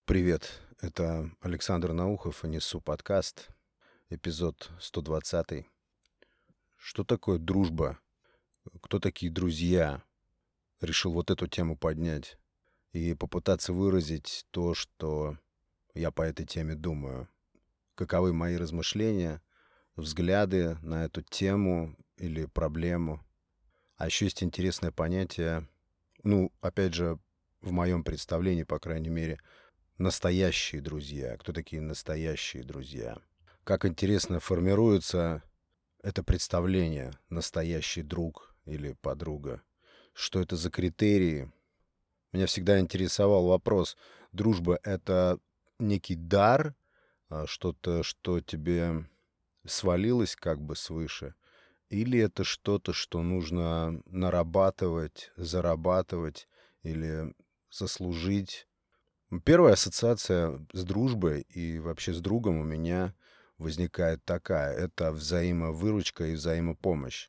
Привет, это Александр Наухов и Несу подкаст, эпизод 120. Что такое дружба? Кто такие друзья? Решил вот эту тему поднять и попытаться выразить то, что я по этой теме думаю. Каковы мои размышления, взгляды на эту тему или проблему. А еще есть интересное понятие, опять же, в моем представлении, по крайней мере, настоящие друзья. Кто такие настоящие друзья? Как интересно формируется это представление «настоящий друг» или «подруга». Что это за критерии? Меня всегда интересовал вопрос. Дружба — это некий дар, что-то, что тебе свалилось как бы свыше? Или это что-то, что нужно нарабатывать, зарабатывать или заслужить? Первая ассоциация с дружбой и вообще с другом у меня возникает такая. Это взаимовыручка и взаимопомощь.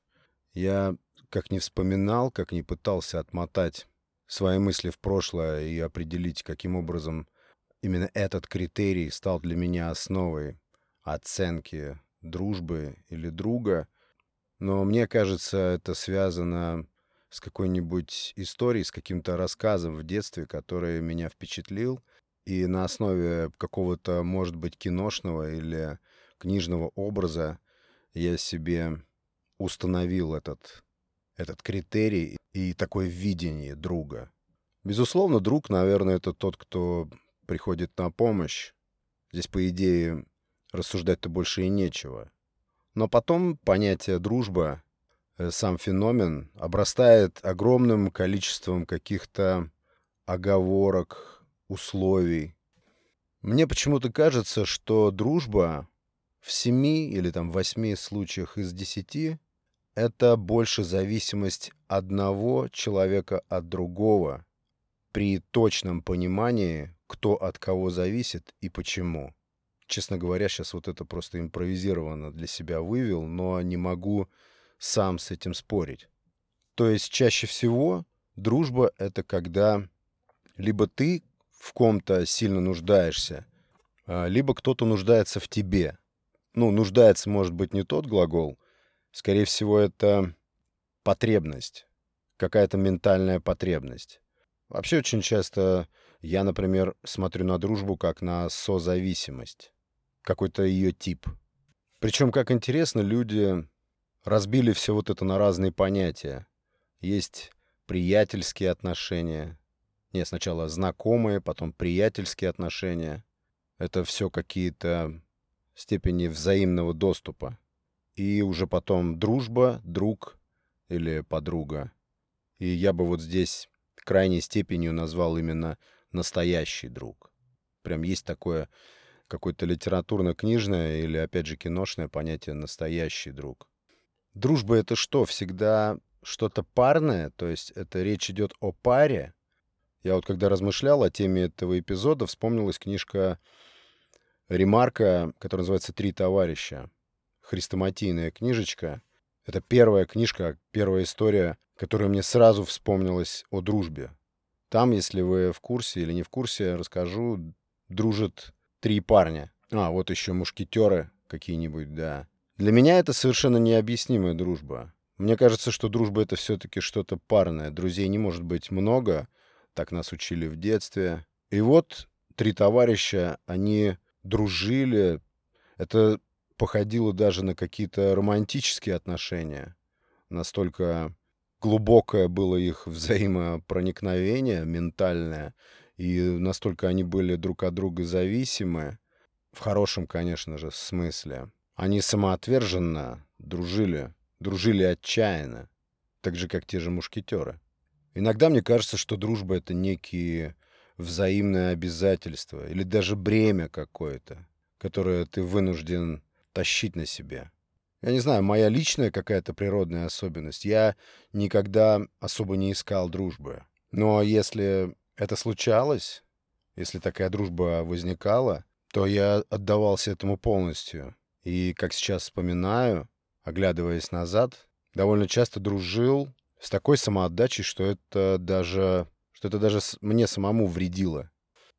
Я как ни вспоминал, как ни пытался отмотать свои мысли в прошлое и определить, каким образом именно этот критерий стал для меня основой оценки дружбы или друга. Но мне кажется, это связано с какой-нибудь историей, с каким-то рассказом в детстве, который меня впечатлил. И на основе какого-то, может быть, киношного или книжного образа я себе установил этот критерий и такое видение друга. Безусловно, друг, наверное, это тот, кто приходит на помощь. Здесь, по идее, рассуждать-то больше и нечего. Но потом понятие «дружба», сам феномен, обрастает огромным количеством каких-то оговорок, условий. Мне почему-то кажется, что дружба в 7 или там 8 случаях из 10 это больше зависимость одного человека от другого при точном понимании, кто от кого зависит и почему. Честно говоря, сейчас вот это просто импровизированно для себя вывел, но не могу сам с этим спорить. То есть чаще всего дружба — это когда либо ты в ком-то сильно нуждаешься, либо кто-то нуждается в тебе. Нуждается, может быть, не тот глагол. Скорее всего, это потребность, какая-то ментальная потребность. Вообще очень часто я, например, смотрю на дружбу как на созависимость, какой-то ее тип. Причем, как интересно, люди разбили все вот это на разные понятия. Есть приятельские отношения. Нет, сначала знакомые, потом приятельские отношения. Это все какие-то степени взаимного доступа. И уже потом дружба, друг или подруга. И я бы вот здесь крайней степенью назвал именно настоящий друг. Прям есть такое какое-то литературно-книжное или, опять же, киношное понятие «настоящий друг». Дружба — это что, всегда что-то парное? То есть это речь идет о паре? Я вот когда размышлял о теме этого эпизода, вспомнилась книжка Ремарка, которая называется «Три товарища». Хрестоматийная книжечка. Это первая книжка, первая история, которая мне сразу вспомнилась о дружбе. Там, если вы в курсе или не в курсе, расскажу, дружат три парня. Вот еще мушкетеры какие-нибудь, да. Для меня это совершенно необъяснимая дружба. Мне кажется, что дружба — это все-таки что-то парное. Друзей не может быть много, так нас учили в детстве. И вот три товарища, они дружили. Это походило даже на какие-то романтические отношения. Настолько глубокое было их взаимопроникновение ментальное, и настолько они были друг от друга зависимы, в хорошем, конечно же, смысле. Они самоотверженно дружили отчаянно, так же, как те же мушкетеры. Иногда мне кажется, что дружба — это некие взаимные обязательства или даже бремя какое-то, которое ты вынужден тащить на себе. Я не знаю, моя личная какая-то природная особенность. Я никогда особо не искал дружбы. Но если это случалось, если такая дружба возникала, то я отдавался этому полностью. И, как сейчас вспоминаю, оглядываясь назад, довольно часто дружил с такой самоотдачей, что это даже мне самому вредило.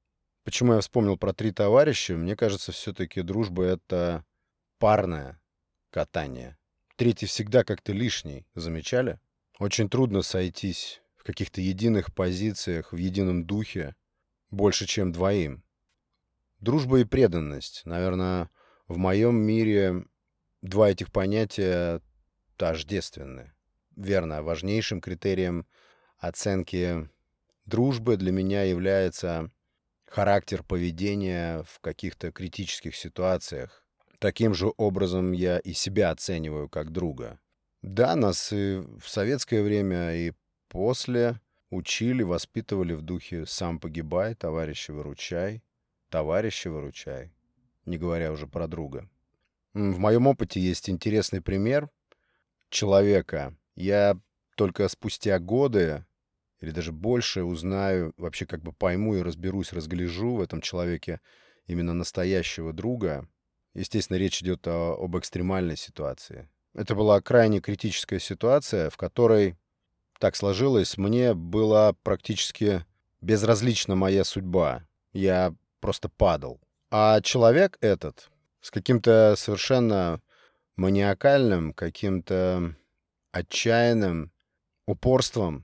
Почему я вспомнил про три товарища? Мне кажется, все-таки дружба — это парное катание. Третий всегда как-то лишний. Замечали? Очень трудно сойтись в каких-то единых позициях, в едином духе больше, чем двоим. Дружба и преданность. Наверное, в моем мире два этих понятия тождественны. Верно, важнейшим критерием оценки дружбы для меня является характер поведения в каких-то критических ситуациях. Таким же образом я и себя оцениваю как друга. Да, нас и в советское время, и после учили, воспитывали в духе «сам погибай, товарища выручай», «товарища выручай», не говоря уже про друга. В моем опыте есть интересный пример человека. Я только спустя годы или даже больше узнаю, вообще как бы пойму и разберусь, разгляжу в этом человеке именно настоящего друга. Естественно, речь идет об экстремальной ситуации. Это была крайне критическая ситуация, в которой так сложилось, мне была практически безразлична моя судьба. Я просто падал. А человек этот с каким-то совершенно маниакальным, каким-то отчаянным упорством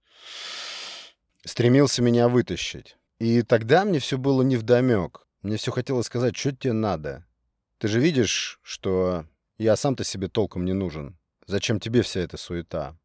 стремился меня вытащить. И тогда мне все было невдомек. Мне все хотелось сказать, что тебе надо. Ты же видишь, что я сам-то себе толком не нужен. Зачем тебе вся эта суета?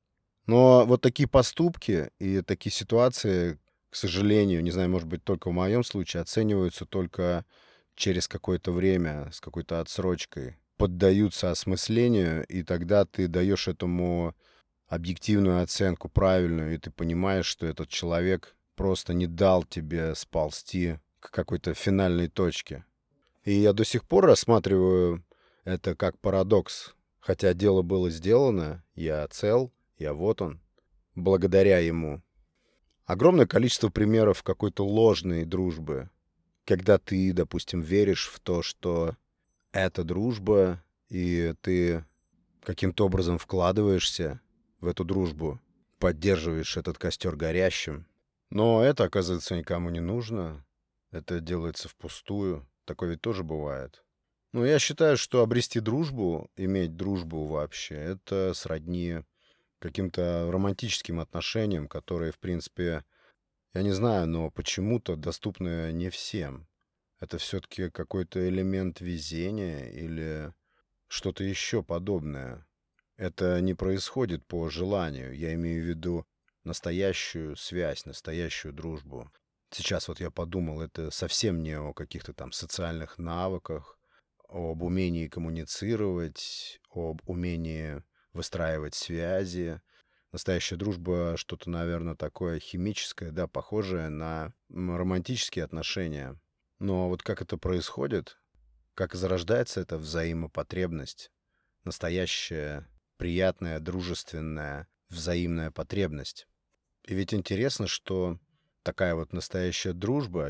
Но вот такие поступки и такие ситуации, к сожалению, не знаю, может быть, только в моем случае, оцениваются только через какое-то время, с какой-то отсрочкой, поддаются осмыслению, и тогда ты даешь этому объективную оценку, правильную, и ты понимаешь, что этот человек просто не дал тебе сползти к какой-то финальной точке. И я до сих пор рассматриваю это как парадокс. Хотя дело было сделано, я цел, я вот он, благодаря ему. Огромное количество примеров какой-то ложной дружбы, когда ты, допустим, веришь в то, что это дружба, и ты каким-то образом вкладываешься в эту дружбу, поддерживаешь этот костер горящим. Но это, оказывается, никому не нужно. Это делается впустую. Такое ведь тоже бывает. Ну, я считаю, что обрести дружбу, иметь дружбу вообще, это сродни каким-то романтическим отношениям, которые, в принципе, я не знаю, но почему-то доступны не всем. Это все-таки какой-то элемент везения или что-то еще подобное. Это не происходит по желанию. Я имею в виду настоящую связь, настоящую дружбу. Сейчас вот я подумал, это совсем не о каких-то там социальных навыках, об умении коммуницировать, об умении выстраивать связи. Настоящая дружба что-то, наверное, такое химическое, да, похожее на романтические отношения. Но вот как это происходит, как зарождается эта взаимопотребность, настоящая, приятная, дружественная, взаимная потребность. И ведь интересно, что такая вот настоящая дружба,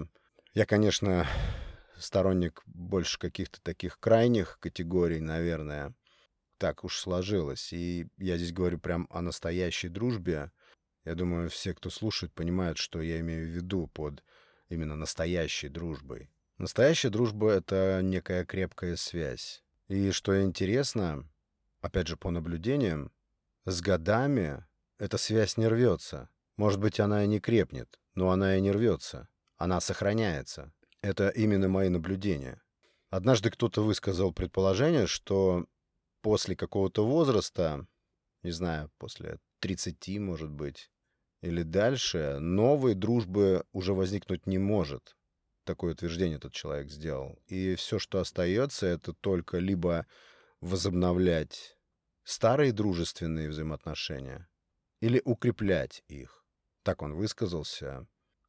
я, конечно, сторонник больше каких-то таких крайних категорий, наверное. Так уж сложилось. И я здесь говорю прям о настоящей дружбе. Я думаю, все, кто слушает, понимают, что я имею в виду под именно настоящей дружбой. Настоящая дружба — это некая крепкая связь. И что интересно, опять же, по наблюдениям, с годами эта связь не рвется. Может быть, она и не крепнет, но она и не рвется. Она сохраняется. Это именно мои наблюдения. Однажды кто-то высказал предположение, что после какого-то возраста, не знаю, после 30, может быть, или дальше, новой дружбы уже возникнуть не может. Такое утверждение этот человек сделал. И все, что остается, это только либо возобновлять старые дружественные взаимоотношения или укреплять их. Так он высказался.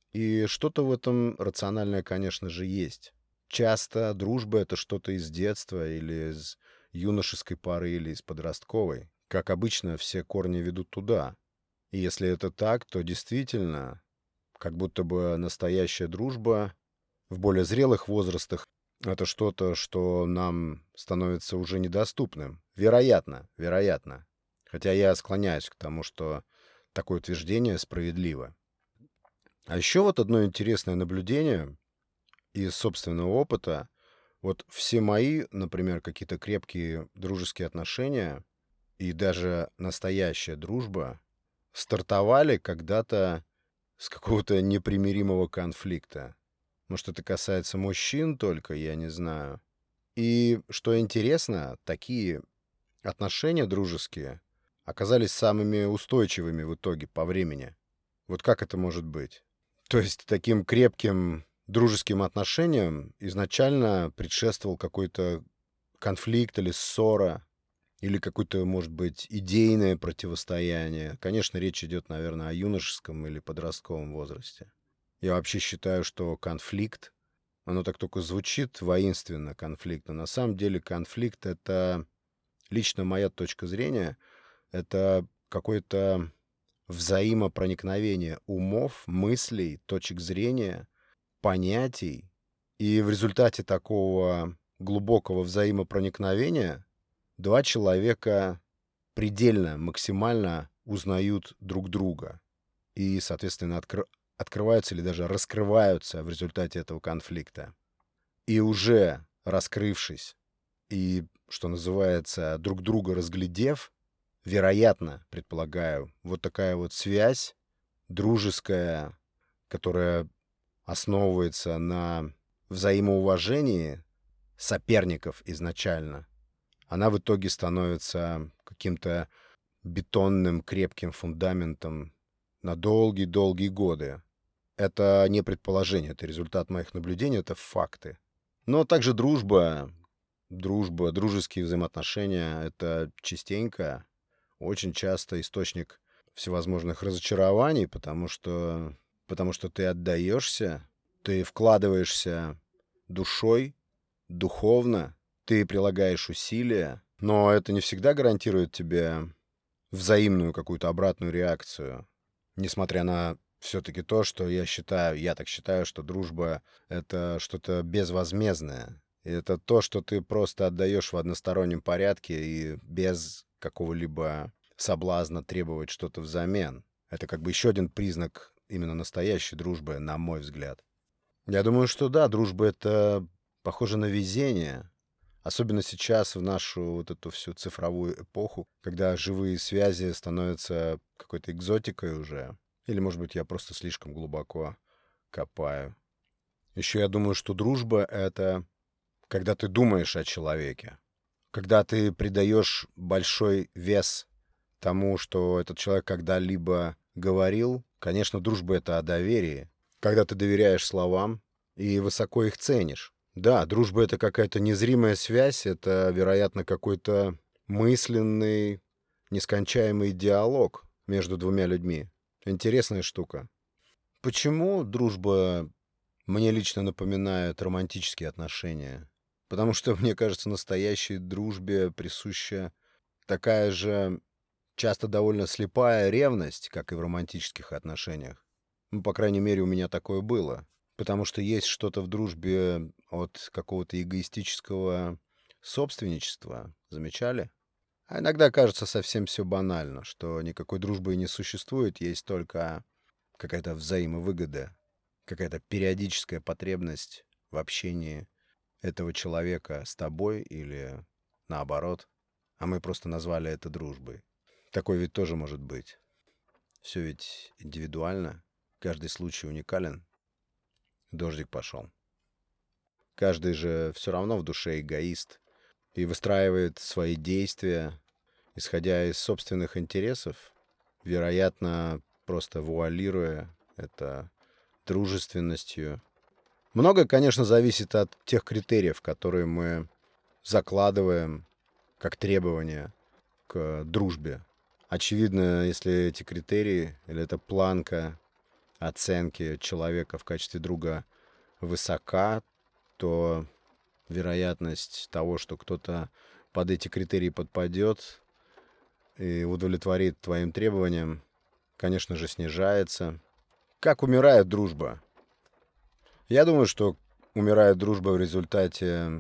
И что-то в этом рациональное, конечно же, есть. Часто дружба — это что-то из детства или из юношеской поры или из подростковой. Как обычно, все корни ведут туда. И если это так, то действительно, как будто бы настоящая дружба в более зрелых возрастах — это что-то, что нам становится уже недоступным. Вероятно, вероятно. Хотя я склоняюсь к тому, что такое утверждение справедливо. А еще вот одно интересное наблюдение из собственного опыта. Вот все мои, например, какие-то крепкие дружеские отношения и даже настоящая дружба стартовали когда-то с какого-то непримиримого конфликта. Может, это касается мужчин только, я не знаю. И что интересно, такие отношения дружеские оказались самыми устойчивыми в итоге по времени. Вот как это может быть? То есть таким крепким дружеским отношениям изначально предшествовал какой-то конфликт или ссора, или какое-то, может быть, идейное противостояние. Конечно, речь идет, наверное, о юношеском или подростковом возрасте. Я вообще считаю, что конфликт, оно так только звучит воинственно, конфликт, но на самом деле конфликт — это, лично моя точка зрения, это какое-то взаимопроникновение умов, мыслей, точек зрения, понятий. И в результате такого глубокого взаимопроникновения два человека предельно, максимально узнают друг друга. И, соответственно, открываются или даже раскрываются в результате этого конфликта. И уже раскрывшись и, что называется, друг друга разглядев, вероятно, предполагаю, вот такая вот связь дружеская, которая основывается на взаимоуважении соперников изначально, она в итоге становится каким-то бетонным крепким фундаментом на долгие-долгие годы. Это не предположение, это результат моих наблюдений, это факты. Но также дружеские взаимоотношения — это частенько, очень часто источник всевозможных разочарований, потому что ты отдаешься, ты вкладываешься душой, духовно, ты прилагаешь усилия, но это не всегда гарантирует тебе взаимную какую-то обратную реакцию. Несмотря на все-таки то, что я так считаю, что дружба — это что-то безвозмездное. И это то, что ты просто отдаешь в одностороннем порядке и без какого-либо соблазна требовать что-то взамен. Это как бы еще один признак именно настоящей дружбы, на мой взгляд. Я думаю, что да, дружба — это похоже на везение. Особенно сейчас, в нашу вот эту всю цифровую эпоху, когда живые связи становятся какой-то экзотикой уже. Или, может быть, я просто слишком глубоко копаю. Еще я думаю, что дружба — это когда ты думаешь о человеке, когда ты придаешь большой вес тому, что этот человек когда-либо говорил. Конечно, дружба — это о доверии. Когда ты доверяешь словам и высоко их ценишь. Да, дружба — это какая-то незримая связь, это, вероятно, какой-то мысленный, нескончаемый диалог между двумя людьми. Интересная штука. Почему дружба мне лично напоминает романтические отношения? Потому что, мне кажется, настоящей дружбе присуща такая же, часто довольно слепая ревность, как и в романтических отношениях. Ну, по крайней мере, у меня такое было. Потому что есть что-то в дружбе от какого-то эгоистического собственничества. Замечали? А иногда кажется совсем все банально, что никакой дружбы и не существует, есть только какая-то взаимовыгода, какая-то периодическая потребность в общении этого человека с тобой или наоборот, а мы просто назвали это дружбой. Такой ведь тоже может быть. Все ведь индивидуально, каждый случай уникален. Дождик пошел. Каждый же все равно в душе эгоист и выстраивает свои действия, исходя из собственных интересов, вероятно, просто вуалируя это дружественностью. Многое, конечно, зависит от тех критериев, которые мы закладываем как требования к дружбе. Очевидно, если эти критерии или эта планка оценки человека в качестве друга высока, то вероятность того, что кто-то под эти критерии подпадет и удовлетворит твоим требованиям, конечно же, снижается. Как умирает дружба? Я думаю, что умирает дружба в результате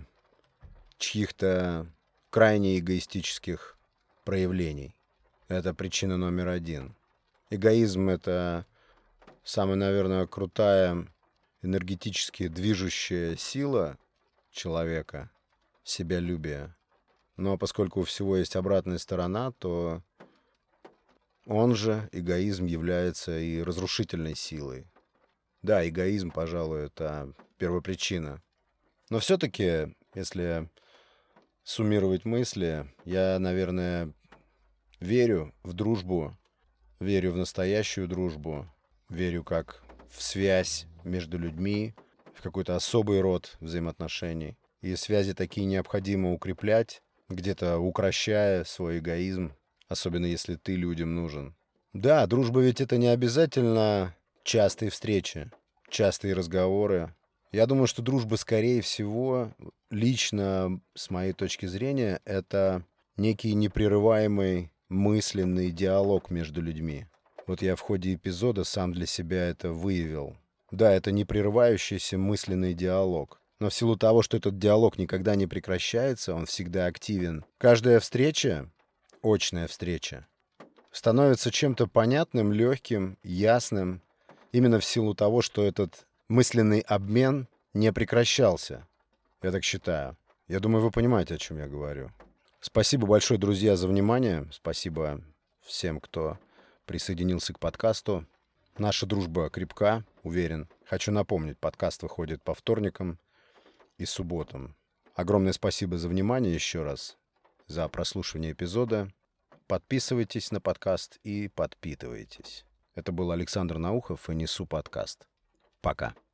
чьих-то крайне эгоистических проявлений. Это причина номер один. Эгоизм — это самая, наверное, крутая энергетически движущая сила человека — себялюбие. Но поскольку у всего есть обратная сторона, то он же, эгоизм, является и разрушительной силой. Да, эгоизм, пожалуй, это первопричина. Но все-таки, если суммировать мысли, я, наверное, верю в дружбу, верю в настоящую дружбу, верю как в связь между людьми, в какой-то особый род взаимоотношений. И связи такие необходимо укреплять, где-то укрощая свой эгоизм, особенно если ты людям нужен. Да, дружба ведь это не обязательно частые встречи, частые разговоры. Я думаю, что дружба, скорее всего, лично, с моей точки зрения, это некий непрерываемый мысленный диалог между людьми. Вот я в ходе эпизода сам для себя это выявил. Да, это непрерывающийся мысленный диалог. Но в силу того, что этот диалог никогда не прекращается, он всегда активен. Каждая встреча, очная встреча, становится чем-то понятным, легким, ясным, именно в силу того, что этот мысленный обмен не прекращался. Я так считаю. Я думаю, вы понимаете, о чем я говорю. Спасибо большое, друзья, за внимание. Спасибо всем, кто присоединился к подкасту. Наша дружба крепка, уверен. Хочу напомнить, подкаст выходит по вторникам и субботам. Огромное спасибо за внимание еще раз, за прослушивание эпизода. Подписывайтесь на подкаст и подпитывайтесь. Это был Александр Наухов и Несу подкаст. Пока.